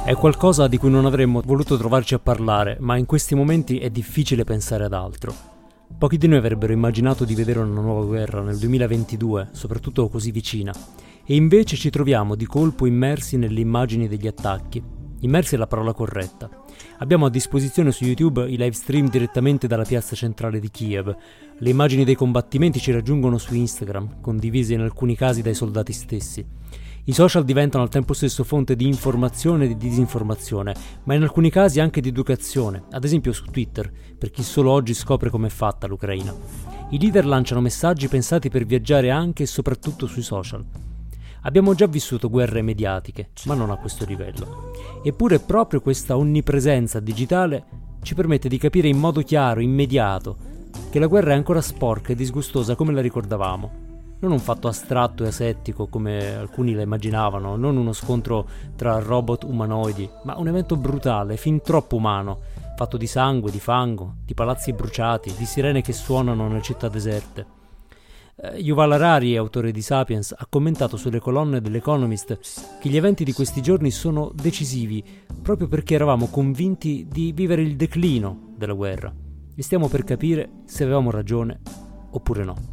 È qualcosa di cui non avremmo voluto trovarci a parlare, ma in questi momenti è difficile pensare ad altro. Pochi di noi avrebbero immaginato di vedere una nuova guerra nel 2022, soprattutto così vicina, e invece ci troviamo di colpo immersi nelle immagini degli attacchi. Immersi è la parola corretta. Abbiamo a disposizione su YouTube i live stream direttamente dalla piazza centrale di Kiev. Le immagini dei combattimenti ci raggiungono su Instagram, condivise in alcuni casi dai soldati stessi. I social diventano al tempo stesso fonte di informazione e di disinformazione, ma in alcuni casi anche di educazione, ad esempio su Twitter, per chi solo oggi scopre com'è fatta l'Ucraina. I leader lanciano messaggi pensati per viaggiare anche e soprattutto sui social. Abbiamo già vissuto guerre mediatiche, ma non a questo livello. Eppure proprio questa onnipresenza digitale ci permette di capire in modo chiaro, immediato, che la guerra è ancora sporca e disgustosa come la ricordavamo. Non un fatto astratto e asettico come alcuni la immaginavano, non uno scontro tra robot umanoidi, ma un evento brutale, fin troppo umano, fatto di sangue, di fango, di palazzi bruciati, di sirene che suonano nelle città deserte. Yuval Harari, autore di Sapiens, ha commentato sulle colonne dell'Economist che gli eventi di questi giorni sono decisivi proprio perché eravamo convinti di vivere il declino della guerra e stiamo per capire se avevamo ragione oppure no.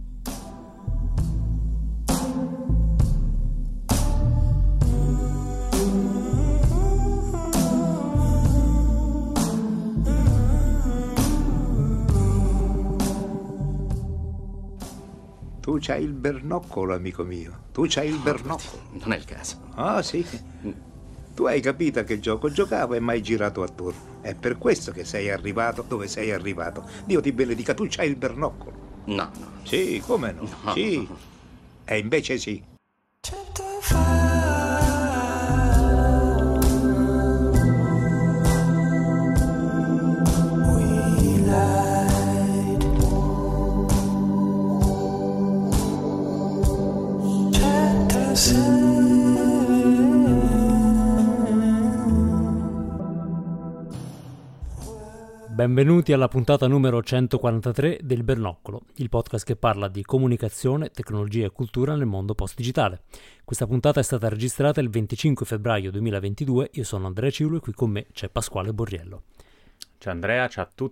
Tu c'hai il bernoccolo, amico mio. Tu c'hai il bernoccolo. Non è il caso. Ah, sì. Tu hai capito a che gioco giocavo e mai girato attorno. È per questo che sei arrivato dove sei arrivato. Dio ti benedica, tu c'hai il bernoccolo. No. Sì, come no? No. Sì. E invece sì. Benvenuti alla puntata numero 143 del Bernoccolo, il podcast che parla di comunicazione, tecnologia e cultura nel mondo post-digitale. Questa puntata è stata registrata il 25 febbraio 2022, io sono Andrea Ciulo e qui con me c'è Pasquale Borriello. Ciao Andrea, ciao a tutti.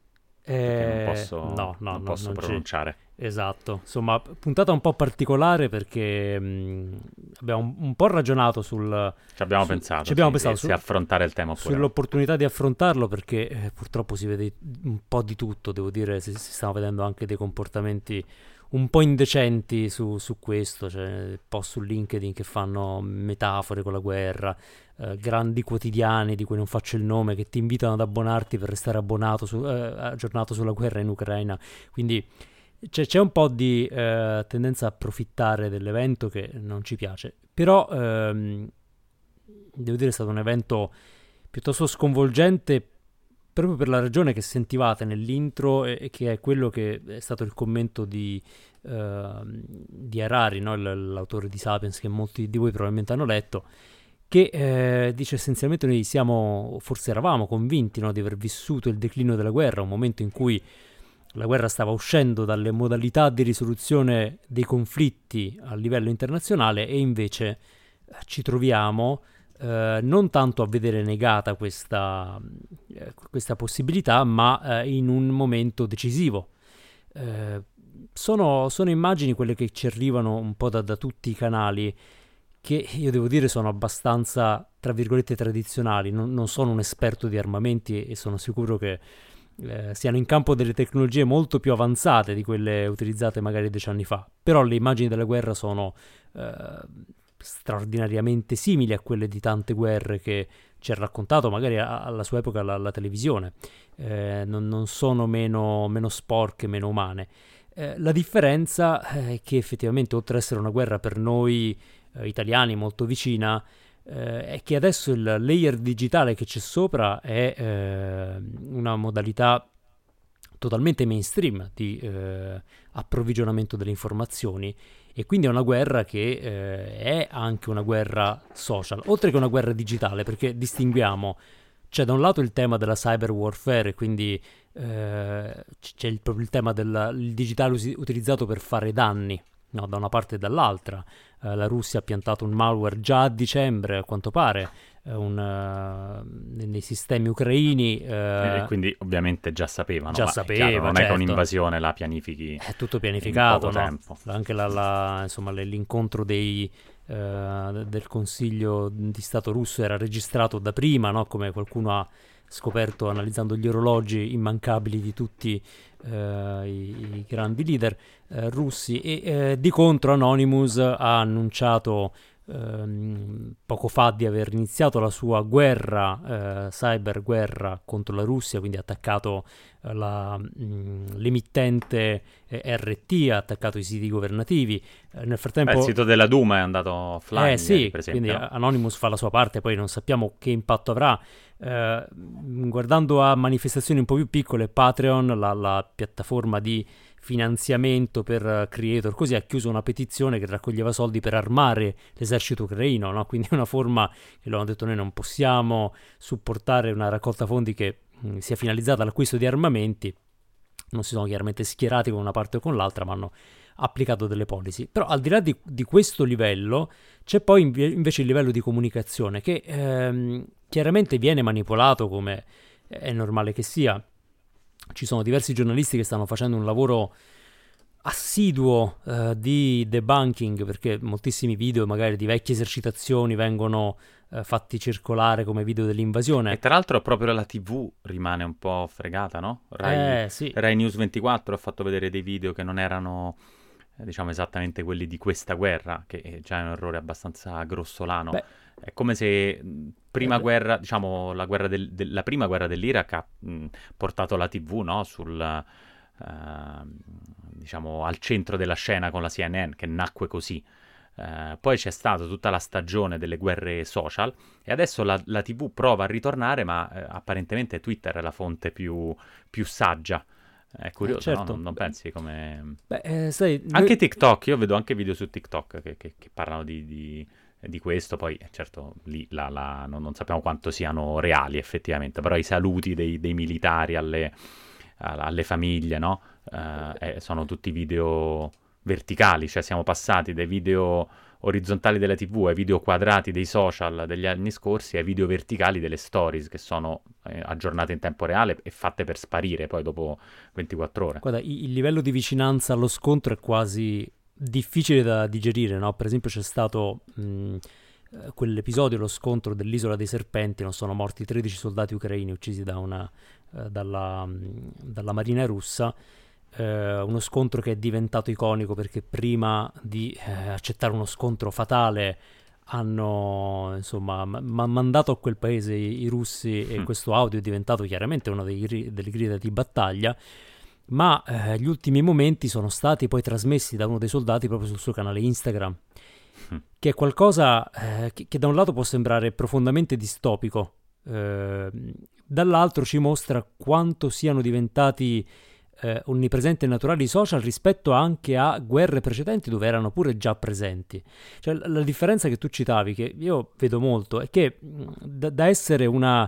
Non posso pronunciare. Esatto, insomma, puntata un po' particolare perché abbiamo un po' ragionato ci abbiamo pensato se affrontare il tema oppure sull'opportunità di affrontarlo perché purtroppo si vede un po' di tutto, devo dire, si stanno vedendo anche dei comportamenti un po' indecenti su questo, cioè post su LinkedIn che fanno metafore con la guerra, grandi quotidiani di cui non faccio il nome che ti invitano ad abbonarti per restare aggiornato sulla guerra in Ucraina, quindi c'è un po' di tendenza a approfittare dell'evento che non ci piace, però devo dire è stato un evento piuttosto sconvolgente proprio per la ragione che sentivate nell'intro e che è quello che è stato il commento di Harari, no? L'autore di Sapiens che molti di voi probabilmente hanno letto, che dice essenzialmente noi forse eravamo convinti, no, di aver vissuto il declino della guerra, un momento in cui la guerra stava uscendo dalle modalità di risoluzione dei conflitti a livello internazionale e invece ci troviamo non tanto a vedere negata questa possibilità, ma in un momento decisivo. Sono immagini quelle che ci arrivano un po' da tutti i canali, che io devo dire sono abbastanza, tra virgolette, tradizionali. Non sono un esperto di armamenti e sono sicuro che siano in campo delle tecnologie molto più avanzate di quelle utilizzate magari 10 anni fa, però le immagini della guerra sono straordinariamente simili a quelle di tante guerre che ci ha raccontato magari alla sua epoca la televisione, non sono meno sporche, meno umane. La differenza è che effettivamente, oltre ad essere una guerra per noi italiani molto vicina, è che adesso il layer digitale che c'è sopra è una modalità totalmente mainstream di approvvigionamento delle informazioni, e quindi è una guerra che è anche una guerra social, oltre che una guerra digitale, perché distinguiamo, c'è da un lato il tema della cyber warfare, quindi c'è proprio il tema del digitale utilizzato per fare danni, no, da una parte e dall'altra. La Russia ha piantato un malware già a dicembre, a quanto pare, nei sistemi ucraini. E quindi ovviamente già sapevano. Già sapeva, chiaro, non certo. è che un'invasione la pianifichi. È tutto pianificato, in poco no? tempo. Anche insomma, l'incontro del Consiglio di Stato russo era registrato da prima, no? Come qualcuno ha scoperto analizzando gli orologi immancabili di tutti i grandi leader russi. E di contro Anonymous ha annunciato poco fa di aver iniziato la sua guerra, cyber guerra contro la Russia, quindi ha attaccato l'emittente RT, ha attaccato i siti governativi. Nel frattempo il sito della Duma è andato offline, sì, per esempio. quindi Anonymous fa la sua parte, poi non sappiamo che impatto avrà. Guardando a manifestazioni un po' più piccole, Patreon, la piattaforma di finanziamento per creator, così ha chiuso una petizione che raccoglieva soldi per armare l'esercito ucraino, no? Quindi una forma che loro hanno detto: noi non possiamo supportare una raccolta fondi che sia finalizzata all'acquisto di armamenti. Non si sono chiaramente schierati con una parte o con l'altra, ma hanno applicato delle policy. Però al di là di questo livello c'è poi invece il livello di comunicazione che chiaramente viene manipolato, come è normale che sia. Ci sono diversi giornalisti che stanno facendo un lavoro assiduo di debunking, perché moltissimi video magari di vecchie esercitazioni vengono fatti circolare come video dell'invasione. E tra l'altro proprio la TV rimane un po' fregata, no? Sì. Rai News 24 ha fatto vedere dei video che non erano diciamo esattamente quelli di questa guerra, che già è un errore abbastanza grossolano. Beh, è come se prima guerra, diciamo la prima guerra dell'Iraq ha portato la TV, no? Diciamo al centro della scena con la CNN, che nacque così. Poi c'è stata tutta la stagione delle guerre social e adesso la TV prova a ritornare, ma apparentemente Twitter è la fonte più saggia. È curioso, certo. No? Non pensi come... sai, anche TikTok, io vedo anche video su TikTok che parlano di questo, poi certo lì non sappiamo quanto siano reali effettivamente, però i saluti dei militari alle famiglie, no? Sono tutti video verticali, cioè siamo passati dai video orizzontali della TV ai video quadrati dei social degli anni scorsi ai video verticali delle stories, che sono aggiornate in tempo reale e fatte per sparire poi dopo 24 ore. Guarda, il livello di vicinanza allo scontro è quasi difficile da digerire, no? Per esempio c'è stato quell'episodio, lo scontro dell'Isola dei Serpenti, non sono morti 13 soldati ucraini uccisi dalla marina russa. Uno scontro che è diventato iconico perché prima di accettare uno scontro fatale hanno insomma mandato a quel paese i russi, e questo audio è diventato chiaramente una delle grida di battaglia, ma gli ultimi momenti sono stati poi trasmessi da uno dei soldati proprio sul suo canale Instagram, che è qualcosa che da un lato può sembrare profondamente distopico, dall'altro ci mostra quanto siano diventati onnipresenti e naturali i social rispetto anche a guerre precedenti dove erano pure già presenti. Cioè, la differenza che tu citavi, che io vedo molto, è che da essere un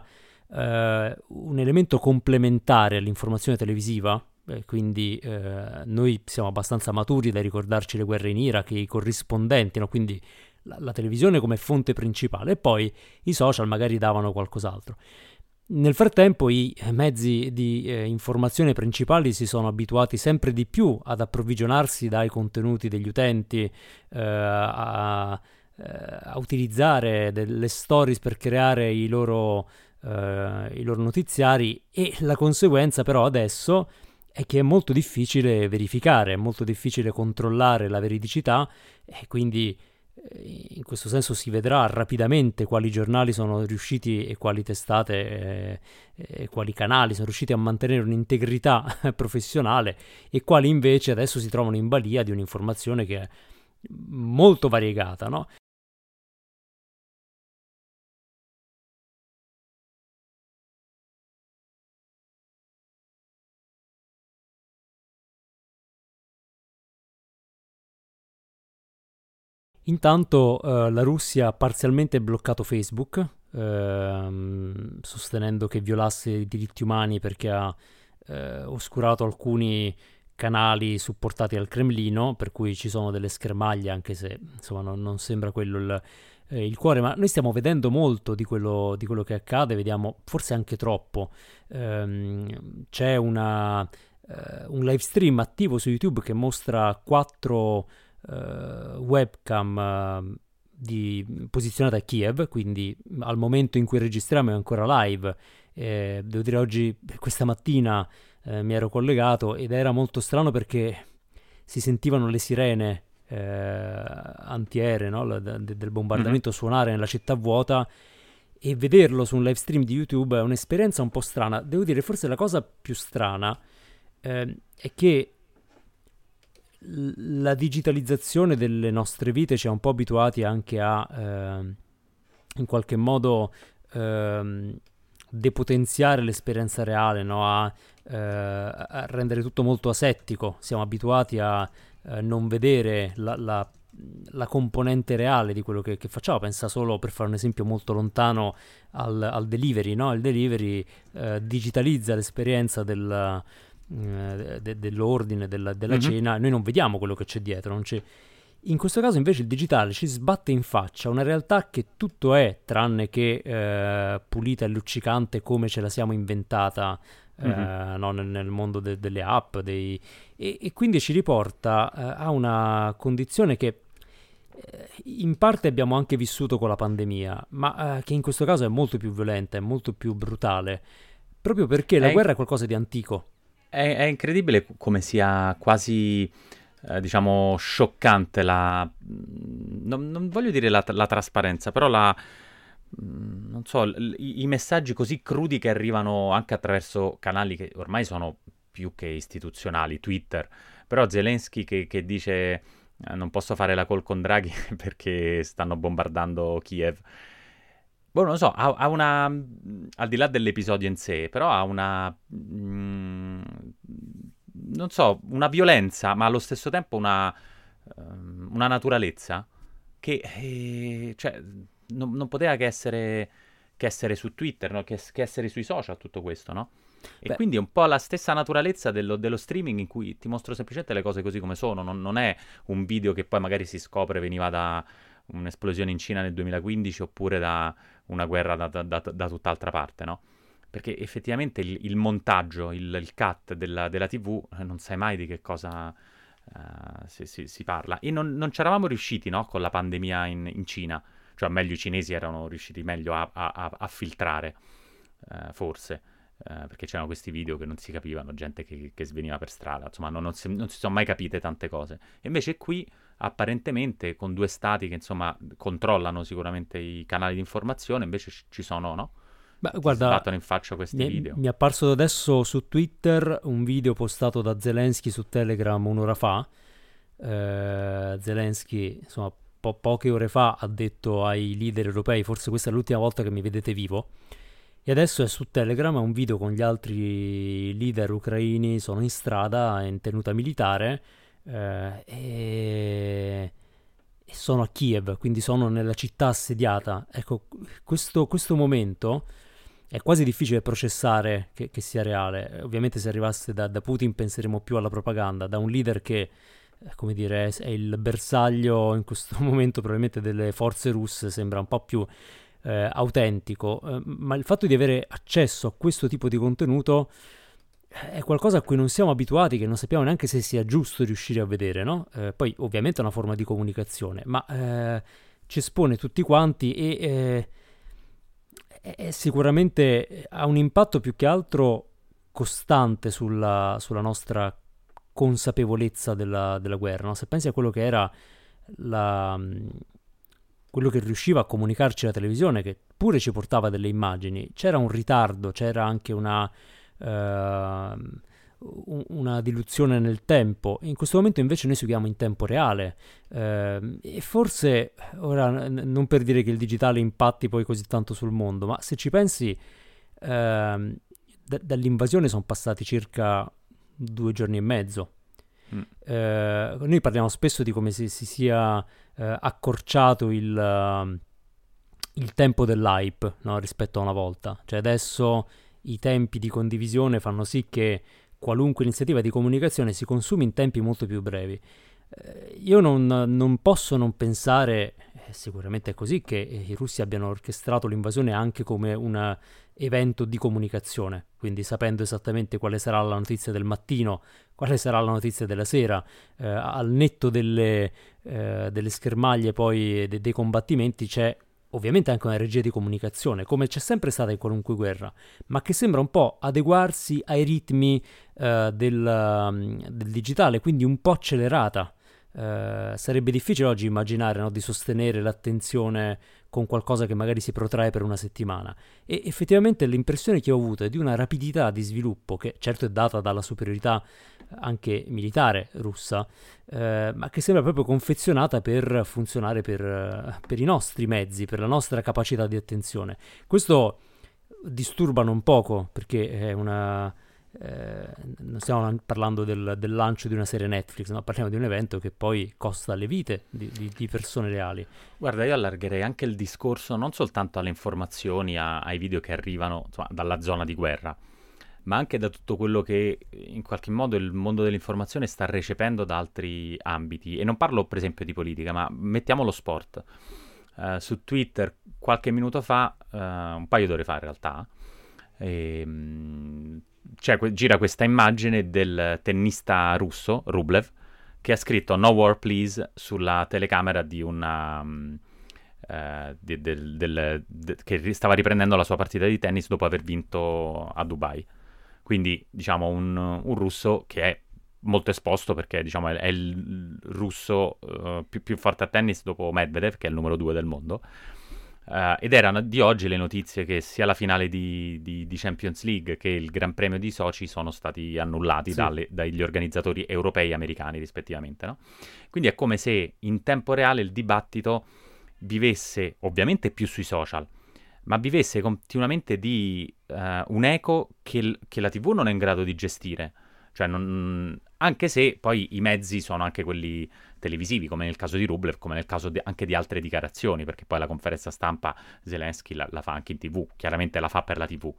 elemento complementare all'informazione televisiva, quindi noi siamo abbastanza maturi da ricordarci le guerre in Iraq, i corrispondenti, no? Quindi la televisione come fonte principale, e poi i social magari davano qualcos'altro. Nel frattempo i mezzi di informazione principali si sono abituati sempre di più ad approvvigionarsi dai contenuti degli utenti, a utilizzare delle stories per creare i loro notiziari, e la conseguenza però adesso è che è molto difficile verificare, è molto difficile controllare la veridicità, e quindi in questo senso si vedrà rapidamente quali giornali sono riusciti e quali testate e quali canali sono riusciti a mantenere un'integrità professionale, e quali invece adesso si trovano in balia di un'informazione che è molto variegata, no? Intanto la Russia ha parzialmente bloccato Facebook, sostenendo che violasse i diritti umani perché ha oscurato alcuni canali supportati al Cremlino, per cui ci sono delle schermaglie, anche se insomma non sembra quello il cuore, ma noi stiamo vedendo molto di quello che accade, vediamo forse anche troppo. C'è un live stream attivo su YouTube che mostra 4 webcam posizionate a Kiev, quindi al momento in cui registriamo è ancora live. Devo dire, oggi, questa mattina, mi ero collegato ed era molto strano perché si sentivano le sirene antiaeree, no? Del bombardamento suonare nella città vuota, e vederlo su un live stream di YouTube è un'esperienza un po' strana. Devo dire, forse la cosa più strana è che la digitalizzazione delle nostre vite ci ha un po' abituati anche a in qualche modo depotenziare l'esperienza reale, no? A rendere tutto molto asettico. Siamo abituati a non vedere la componente reale di quello che facciamo. Pensa solo, per fare un esempio molto lontano, al delivery, no? Il delivery digitalizza l'esperienza dell'ordine, della cena. Noi non vediamo quello che c'è dietro, non c'è. In questo caso invece il digitale ci sbatte in faccia una realtà che tutto è tranne che pulita e luccicante come ce la siamo inventata no, nel mondo delle app, e quindi ci riporta a una condizione che in parte abbiamo anche vissuto con la pandemia, ma che in questo caso è molto più violenta, è molto più brutale, proprio perché la guerra è qualcosa di antico. È incredibile come sia quasi, diciamo, scioccante non voglio dire la trasparenza, però non so, i messaggi così crudi che arrivano anche attraverso canali che ormai sono più che istituzionali, Twitter, però Zelensky che dice non posso fare la call con Draghi perché stanno bombardando Kiev. Boh, non lo so, ha una, al di là dell'episodio in sé, però ha una, non so, una violenza, ma allo stesso tempo una naturalezza che, cioè, non poteva che essere su Twitter, no? Che essere sui social, tutto questo, no? E Beh, quindi è un po' la stessa naturalezza dello streaming, in cui ti mostro semplicemente le cose così come sono, non è un video che poi magari si scopre veniva da un'esplosione in Cina nel 2015 oppure da una guerra da tutt'altra parte, no? Perché effettivamente il montaggio, il cut della TV, non sai mai di che cosa si parla. E non c'eravamo riusciti, no? Con la pandemia in Cina, cioè meglio i cinesi erano riusciti meglio a filtrare, forse. Perché c'erano questi video che non si capivano, gente che sveniva per strada, insomma non si sono mai capite tante cose. E invece qui apparentemente con due stati che insomma controllano sicuramente i canali di informazione, invece ci sono, no? beh, Ti guarda, sbattono in faccia questi video. mi è apparso adesso su Twitter un video postato da Zelensky su Telegram un'ora fa. Zelensky, insomma, poche ore fa ha detto ai leader europei: forse questa è l'ultima volta che mi vedete vivo. E adesso è su Telegram, è un video con gli altri leader ucraini, sono in strada, in tenuta militare, e sono a Kiev, quindi sono nella città assediata. Ecco, questo momento è quasi difficile processare che sia reale. Ovviamente se arrivasse da Putin penseremo più alla propaganda, da un leader che, come dire, è il bersaglio in questo momento probabilmente delle forze russe, sembra un po' più autentico, ma il fatto di avere accesso a questo tipo di contenuto è qualcosa a cui non siamo abituati, che non sappiamo neanche se sia giusto riuscire a vedere, no? Poi ovviamente è una forma di comunicazione, ma ci espone tutti quanti e sicuramente ha un impatto più che altro costante sulla nostra consapevolezza della guerra, no? Se pensi a quello che era quello che riusciva a comunicarci la televisione, che pure ci portava delle immagini, c'era un ritardo, c'era anche una diluzione nel tempo. In questo momento invece noi seguiamo in tempo reale, e forse, ora non per dire che il digitale impatti poi così tanto sul mondo, ma se ci pensi, dall'invasione sono passati circa 2 giorni e mezzo. Noi parliamo spesso di come si sia accorciato il tempo dell'hype, no? Rispetto a una volta, cioè adesso i tempi di condivisione fanno sì che qualunque iniziativa di comunicazione si consumi in tempi molto più brevi. Io non posso non pensare, sicuramente è così, che i russi abbiano orchestrato l'invasione anche come un evento di comunicazione, quindi sapendo esattamente quale sarà la notizia del mattino, quale sarà la notizia della sera, al netto delle schermaglie poi dei combattimenti c'è ovviamente anche una regia di comunicazione, come c'è sempre stata in qualunque guerra, ma che sembra un po' adeguarsi ai ritmi del digitale, quindi un po' accelerata. Sarebbe difficile oggi immaginare, no, di sostenere l'attenzione con qualcosa che magari si protrae per una settimana, e effettivamente l'impressione che ho avuto è di una rapidità di sviluppo che certo è data dalla superiorità anche militare russa, ma che sembra proprio confezionata per funzionare per i nostri mezzi, per la nostra capacità di attenzione. Questo disturba non poco, perché è una... non stiamo parlando del lancio di una serie Netflix, ma parliamo di un evento che poi costa le vite di persone reali. Guarda, io allargherei anche il discorso non soltanto alle informazioni, ai video che arrivano, insomma, dalla zona di guerra, ma anche da tutto quello che in qualche modo il mondo dell'informazione sta recependo da altri ambiti. E non parlo per esempio di politica, ma mettiamo lo sport. Su Twitter qualche minuto fa, un paio d'ore fa in realtà, gira questa immagine del tennista russo, Rublev, che ha scritto "No war please" sulla telecamera di una... che stava riprendendo la sua partita di tennis dopo aver vinto a Dubai. Quindi, diciamo, un russo che è molto esposto, perché, diciamo, è il russo più forte a tennis dopo Medvedev, che è il numero 2 del mondo. Ed erano di oggi le notizie che sia la finale di Champions League che il Gran Premio di Sochi sono stati annullati dagli organizzatori europei e americani rispettivamente, no? Quindi è come se in tempo reale il dibattito vivesse, ovviamente più sui social, ma vivesse continuamente di un eco che la TV non è in grado di gestire. Cioè, anche se poi i mezzi sono anche quelli televisivi, come nel caso di Rublev, come nel caso anche di altre dichiarazioni, perché poi la conferenza stampa Zelensky la fa anche in TV, chiaramente la fa per la TV.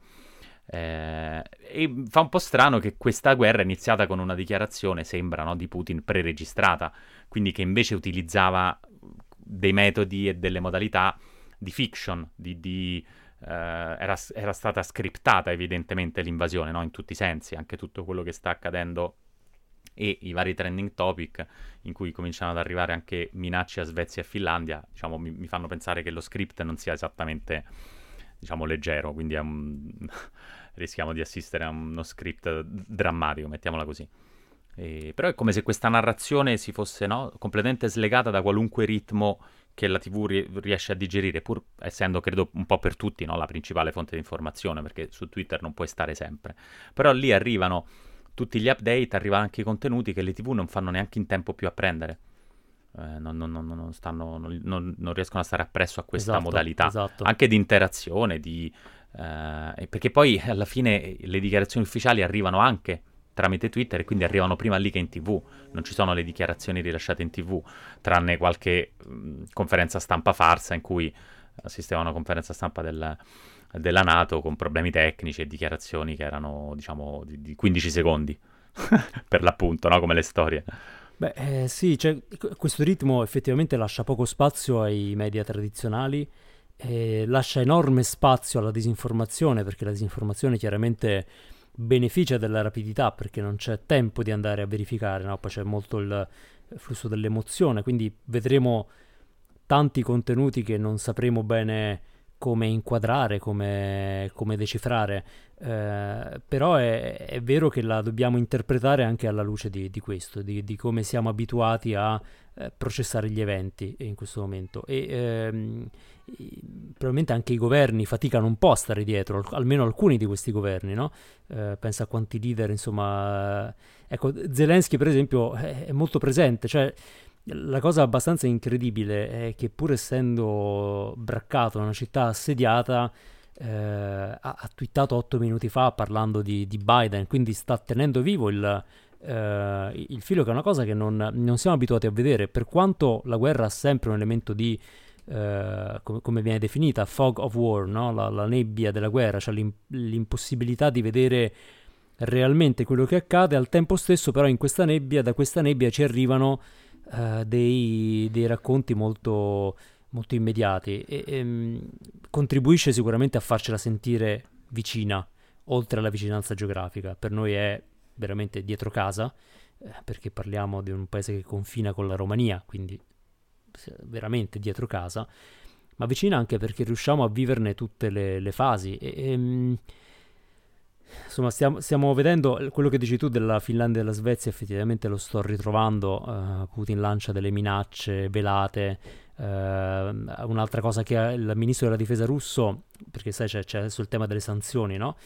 E fa un po' strano che questa guerra è iniziata con una dichiarazione, sembra, no, di Putin preregistrata, quindi che invece utilizzava dei metodi e delle modalità di fiction, era stata scriptata evidentemente l'invasione, no? In tutti i sensi, anche tutto quello che sta accadendo e i vari trending topic in cui cominciano ad arrivare anche minacce a Svezia e Finlandia, diciamo, mi fanno pensare che lo script non sia esattamente, diciamo, leggero, quindi rischiamo di assistere a uno script drammatico, mettiamola così. Però è come se questa narrazione si fosse, no, completamente slegata da qualunque ritmo che la TV riesce a digerire, pur essendo, credo, un po' per tutti, no, la principale fonte di informazione, perché su Twitter non puoi stare sempre. Però lì arrivano tutti gli update, arrivano anche i contenuti che le TV non fanno neanche in tempo più a prendere. Non riescono a stare appresso a questa modalità, anche di interazione, perché poi alla fine le dichiarazioni ufficiali arrivano anche tramite Twitter e quindi arrivano prima lì che in TV. Non ci sono le dichiarazioni rilasciate in TV, tranne qualche conferenza stampa farsa in cui assisteva a una conferenza stampa della NATO con problemi tecnici e dichiarazioni che erano, diciamo, di 15 secondi per l'appunto, no? Come le storie. Beh, sì, cioè, questo ritmo effettivamente lascia poco spazio ai media tradizionali, lascia enorme spazio alla disinformazione, perché la disinformazione chiaramente beneficia della rapidità, perché non c'è tempo di andare a verificare, no? Poi c'è molto il flusso dell'emozione, quindi vedremo tanti contenuti che non sapremo bene come inquadrare, come decifrare, però è vero che la dobbiamo interpretare anche alla luce di questo, di come siamo abituati a processare gli eventi in questo momento, e probabilmente anche i governi faticano un po' a stare dietro, almeno alcuni di questi governi, no? Pensa a quanti leader, insomma, ecco, Zelensky per esempio è molto presente, cioè la cosa abbastanza incredibile è che, pur essendo braccato in una città assediata, ha twittato 8 minuti fa parlando di Biden, quindi sta tenendo vivo il filo, che è una cosa che non siamo abituati a vedere, per quanto la guerra ha sempre un elemento di come viene definita, fog of war, no? La nebbia della guerra, cioè l'impossibilità di vedere realmente quello che accade. Al tempo stesso però da questa nebbia ci arrivano dei racconti molto, molto immediati e contribuisce sicuramente a farcela sentire vicina, oltre alla vicinanza geografica. Per noi è veramente dietro casa, perché parliamo di un paese che confina con la Romania, quindi veramente dietro casa, ma vicina anche perché riusciamo a viverne tutte le fasi insomma stiamo vedendo quello che dici tu della Finlandia e della Svezia. Effettivamente lo sto ritrovando. Putin lancia delle minacce velate. Un'altra cosa che ha il ministro della difesa russo, perché sai c'è adesso il tema delle sanzioni, no?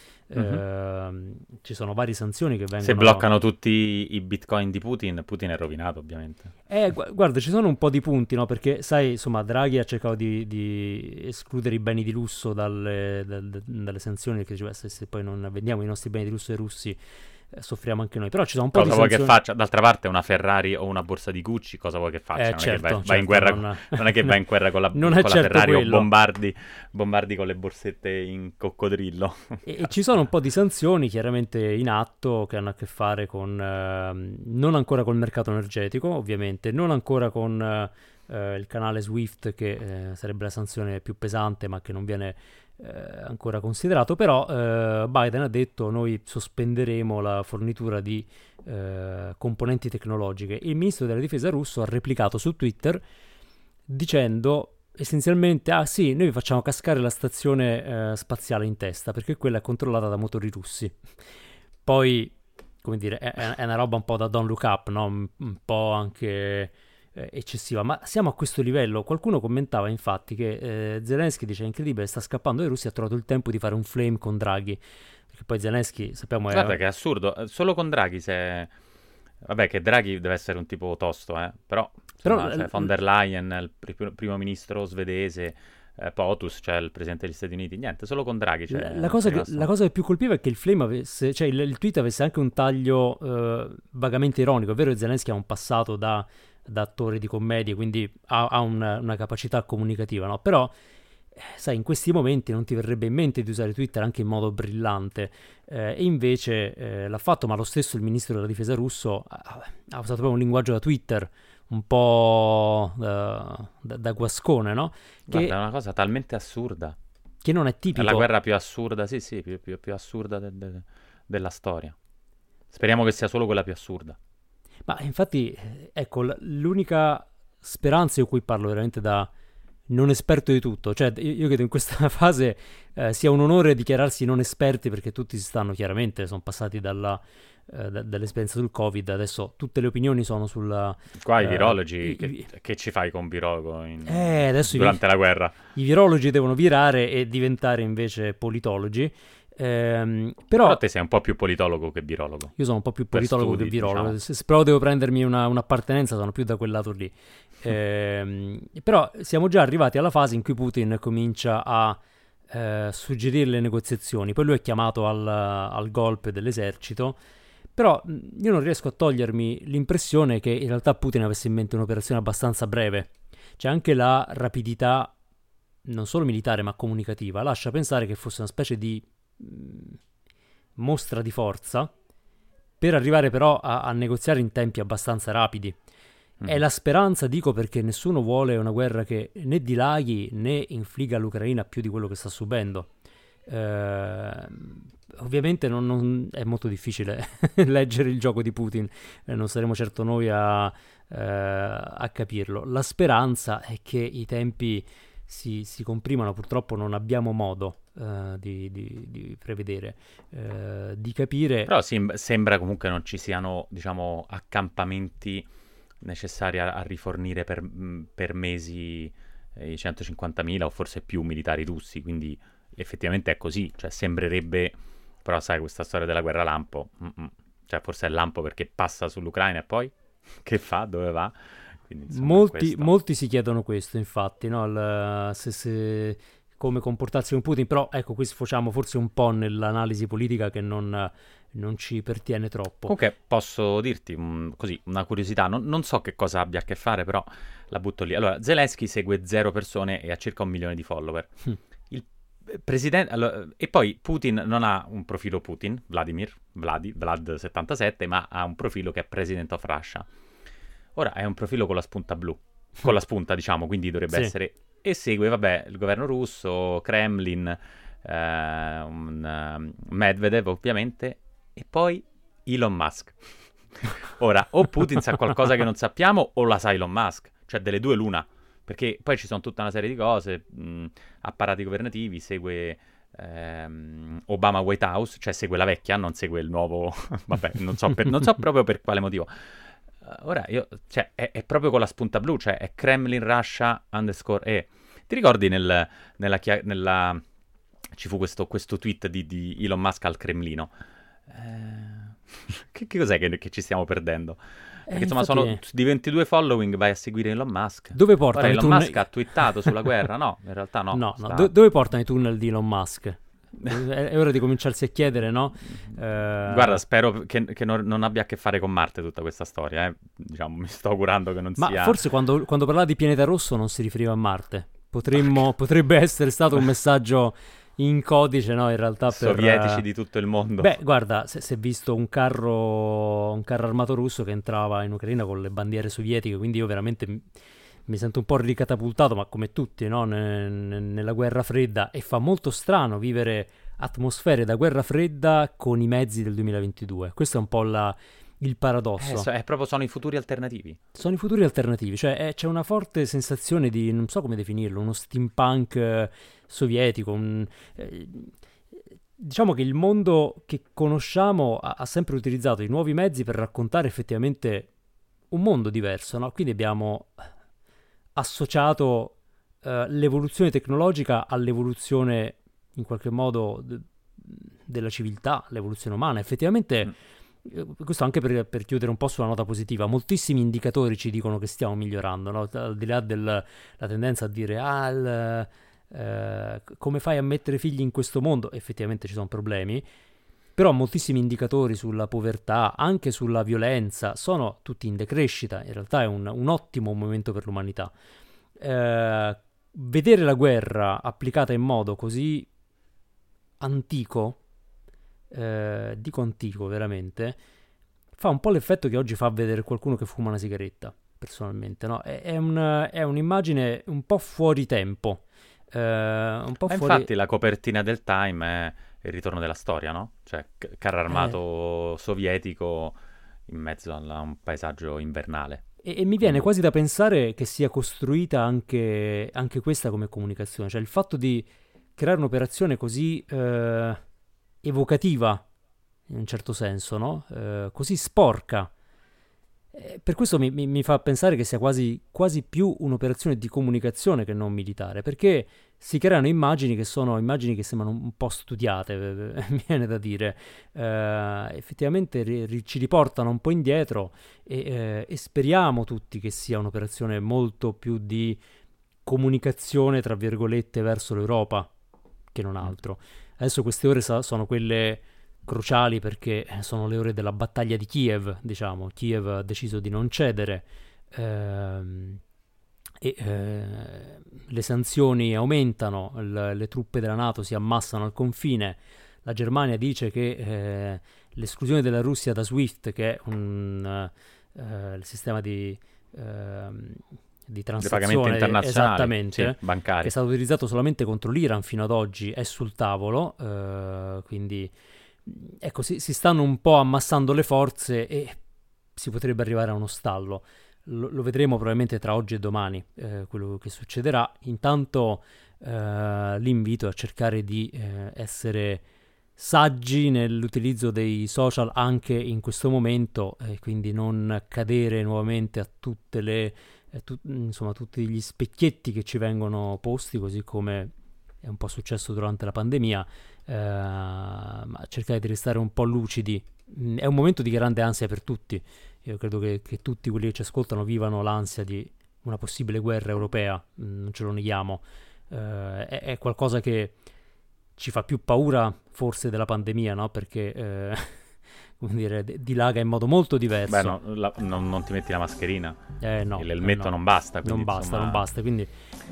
Ci sono varie sanzioni che vengono... Se bloccano tutti i bitcoin di Putin è rovinato ovviamente. Guarda, ci sono un po' di punti, no? Perché sai, insomma, Draghi ha cercato di escludere i beni di lusso dalle sanzioni, perché diceva se poi non vendiamo i nostri beni di lusso ai russi soffriamo anche noi. Però ci sono un po' cosa di vuoi sanzioni... che faccia? D'altra parte una Ferrari o una borsa di Gucci, cosa vuoi che faccia? Non certo, è che vai in guerra, non è che vai in guerra con la, non con è la certo Ferrari quello. o bombardi con le borsette in coccodrillo. E ci sono un po' di sanzioni chiaramente in atto che hanno a che fare con non ancora col mercato energetico, ovviamente, non ancora con il canale SWIFT, che sarebbe la sanzione più pesante ma che non viene ancora considerato. Però Biden ha detto: noi sospenderemo la fornitura di componenti tecnologiche. Il ministro della difesa russo ha replicato su Twitter dicendo essenzialmente: ah sì, noi vi facciamo cascare la stazione spaziale in testa, perché quella è controllata da motori russi. Poi, come dire, è una roba un po' da Don't Look Up, no? Un po' anche eccessiva, ma siamo a questo livello. Qualcuno commentava infatti che Zelensky, dice, è incredibile, sta scappando dai russi, ha trovato il tempo di fare un flame con Draghi, perché poi Zelensky, sappiamo, Guarda che è assurdo, solo con Draghi vabbè, che Draghi deve essere un tipo tosto, però insomma, von der Leyen, il primo ministro svedese, POTUS, cioè il presidente degli Stati Uniti, niente, solo con Draghi. La cosa che più colpiva è che il flame avesse, cioè il tweet avesse anche un taglio vagamente ironico. È vero che Zelensky ha un passato da attore di commedie, quindi ha una capacità comunicativa, no? Però sai, in questi momenti non ti verrebbe in mente di usare Twitter anche in modo brillante, e invece l'ha fatto. Ma lo stesso il ministro della difesa russo ha usato proprio un linguaggio da Twitter un po' da guascone, no? Guarda, è una cosa talmente assurda, che non è tipico. È la guerra più assurda, sì, più assurda della storia. Speriamo che sia solo quella più assurda. Ma infatti, ecco, l'unica speranza, io qui parlo veramente da non esperto di tutto, cioè io credo in questa fase sia un onore dichiararsi non esperti, perché tutti sono passati dall'esperienza sul Covid. Adesso tutte le opinioni sono sulla... Qua i virologi, che ci fai con un virologo adesso durante la guerra? I virologi devono virare e diventare invece politologi. Però te sei un po' più politologo che virologo. Io sono un po' più politologo studi, che virologo, diciamo. Se però devo prendermi un'appartenenza, sono più da quel lato lì. Però siamo già arrivati alla fase in cui Putin comincia a suggerire le negoziazioni. Poi lui è chiamato al golpe dell'esercito. Però io non riesco a togliermi l'impressione che in realtà Putin avesse in mente un'operazione abbastanza breve. Cioè anche la rapidità, non solo militare ma comunicativa, lascia pensare che fosse una specie di mostra di forza per arrivare però a negoziare in tempi abbastanza rapidi. È la speranza, dico, perché nessuno vuole una guerra che né dilaghi né infligga all'Ucraina più di quello che sta subendo. Ovviamente non è molto difficile leggere il gioco di Putin, non saremo certo noi a capirlo. La speranza è che i tempi si comprimano. Purtroppo non abbiamo modo di prevedere, di capire. Però sembra comunque non ci siano, diciamo, accampamenti necessari a rifornire per mesi i 150.000 o forse più militari russi, quindi effettivamente è così, cioè sembrerebbe. Però sai, questa storia della guerra lampo, cioè forse è lampo perché passa sull'Ucraina e poi che fa? Dove va? Quindi, insomma, molti si chiedono questo, infatti, no? Se come comportarsi con Putin. Però ecco, qui sfociamo forse un po' nell'analisi politica che non ci pertiene troppo. Comunque posso dirti così una curiosità, non so che cosa abbia a che fare, però la butto lì. Allora, Zelensky segue 0 persone e ha circa 1 milione di follower. e poi Putin non ha un profilo Putin, Vlad 77, ma ha un profilo che è President of Russia. Ora è un profilo con la spunta blu, con la spunta, diciamo, quindi dovrebbe essere... E segue, vabbè, il governo russo, Kremlin, Medvedev, ovviamente, e poi Elon Musk. Ora, o Putin sa qualcosa che non sappiamo, o la sa Elon Musk. Cioè, delle due l'una. Perché poi ci sono tutta una serie di cose, apparati governativi, segue Obama White House, cioè segue la vecchia, non segue il nuovo... Vabbè, non so proprio per quale motivo. Ora, cioè, è proprio con la spunta blu, cioè è Kremlin Russia _e. Ti ricordi ci fu questo tweet di Elon Musk al Cremlino? Che cos'è che ci stiamo perdendo? Perché insomma sono di 22 following, vai a seguire Elon Musk. Dove portano Elon Musk ha twittato sulla guerra? No, in realtà no. No. Dove portano i tunnel di Elon Musk? È ora di cominciarsi a chiedere, no? Guarda, spero che non abbia a che fare con Marte tutta questa storia, Diciamo, mi sto augurando che non sia... Ma forse quando parlava di pianeta rosso non si riferiva a Marte. Potrebbe essere stato un messaggio in codice, no? In realtà per... Sovietici di tutto il mondo. Beh, guarda, si è visto un carro armato russo che entrava in Ucraina con le bandiere sovietiche, quindi io veramente mi sento un po' ricatapultato, ma come tutti, no? Nella guerra fredda, e fa molto strano vivere atmosfere da guerra fredda con i mezzi del 2022. Questo è un po' il paradosso. Sono i futuri alternativi. Sono i futuri alternativi, cioè c'è una forte sensazione di, non so come definirlo, uno steampunk sovietico. Diciamo che il mondo che conosciamo ha sempre utilizzato i nuovi mezzi per raccontare effettivamente un mondo diverso, no? Quindi abbiamo associato l'evoluzione tecnologica all'evoluzione in qualche modo della civiltà, l'evoluzione umana. Effettivamente, questo anche per chiudere un po' sulla nota positiva, moltissimi indicatori ci dicono che stiamo migliorando, no? Al di là della tendenza a dire come fai a mettere figli in questo mondo, effettivamente ci sono problemi, però moltissimi indicatori sulla povertà, anche sulla violenza, sono tutti in decrescita. In realtà è un ottimo momento per l'umanità. Vedere la guerra applicata in modo così antico, dico antico veramente, fa un po' l'effetto che oggi fa vedere qualcuno che fuma una sigaretta, personalmente, no? È un'immagine un po' fuori tempo. Infatti la copertina del Time è il ritorno della storia, no? Cioè carro armato sovietico in mezzo a un paesaggio invernale. E mi viene quasi da pensare che sia costruita anche questa come comunicazione, cioè il fatto di creare un'operazione così evocativa, in un certo senso, no? Così sporca. Per questo mi fa pensare che sia quasi più un'operazione di comunicazione che non militare, perché si creano immagini che sembrano un po' studiate, mi viene da dire. Effettivamente ci riportano un po' indietro e speriamo tutti che sia un'operazione molto più di comunicazione, tra virgolette, verso l'Europa che non altro. Adesso queste ore sono quelle cruciali perché sono le ore della battaglia di Kiev, diciamo. Kiev ha deciso di non cedere le sanzioni aumentano, le truppe della NATO si ammassano al confine. La Germania dice che l'esclusione della Russia da SWIFT, che è il sistema di transazione internazionale, esattamente, sì, bancario, che è stato utilizzato solamente contro l'Iran fino ad oggi, è sul tavolo. Quindi ecco, si stanno un po' ammassando le forze e si potrebbe arrivare a uno stallo. Lo vedremo probabilmente tra oggi e domani, quello che succederà. Intanto l'invito è a cercare di essere saggi nell'utilizzo dei social anche in questo momento, e quindi non cadere nuovamente a tutte insomma, tutti gli specchietti che ci vengono posti, così come è un po' successo durante la pandemia, ma cercare di restare un po' lucidi. È un momento di grande ansia per tutti. Io credo che tutti quelli che ci ascoltano vivano l'ansia di una possibile guerra europea, non ce lo neghiamo. È qualcosa che ci fa più paura forse della pandemia, no? Perché come dire, dilaga in modo molto diverso. Beh, non ti metti la mascherina. No, l'elmetto non basta. Quindi, non basta. Quindi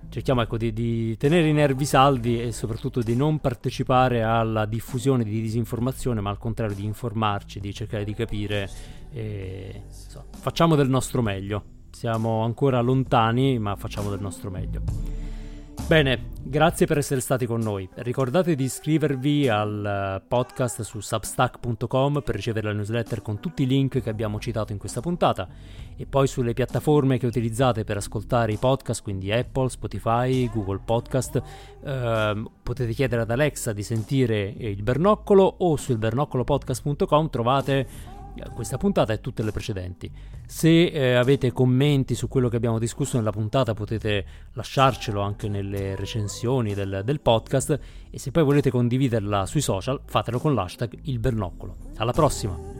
cerchiamo ecco, di tenere i nervi saldi e soprattutto di non partecipare alla diffusione di disinformazione, ma al contrario di informarci, di cercare di capire e facciamo del nostro meglio. Siamo ancora lontani, ma facciamo del nostro meglio. Bene, grazie per essere stati con noi. Ricordate di iscrivervi al podcast su substack.com per ricevere la newsletter con tutti i link che abbiamo citato in questa puntata, e poi sulle piattaforme che utilizzate per ascoltare i podcast, quindi Apple, Spotify, Google Podcast, potete chiedere ad Alexa di sentire il Bernoccolo, o sul bernoccolopodcast.com trovate questa puntata e tutte le precedenti. Se avete commenti su quello che abbiamo discusso nella puntata, potete lasciarcelo anche nelle recensioni del podcast, e se poi volete condividerla sui social, fatelo con l'hashtag il Bernoccolo. Alla prossima!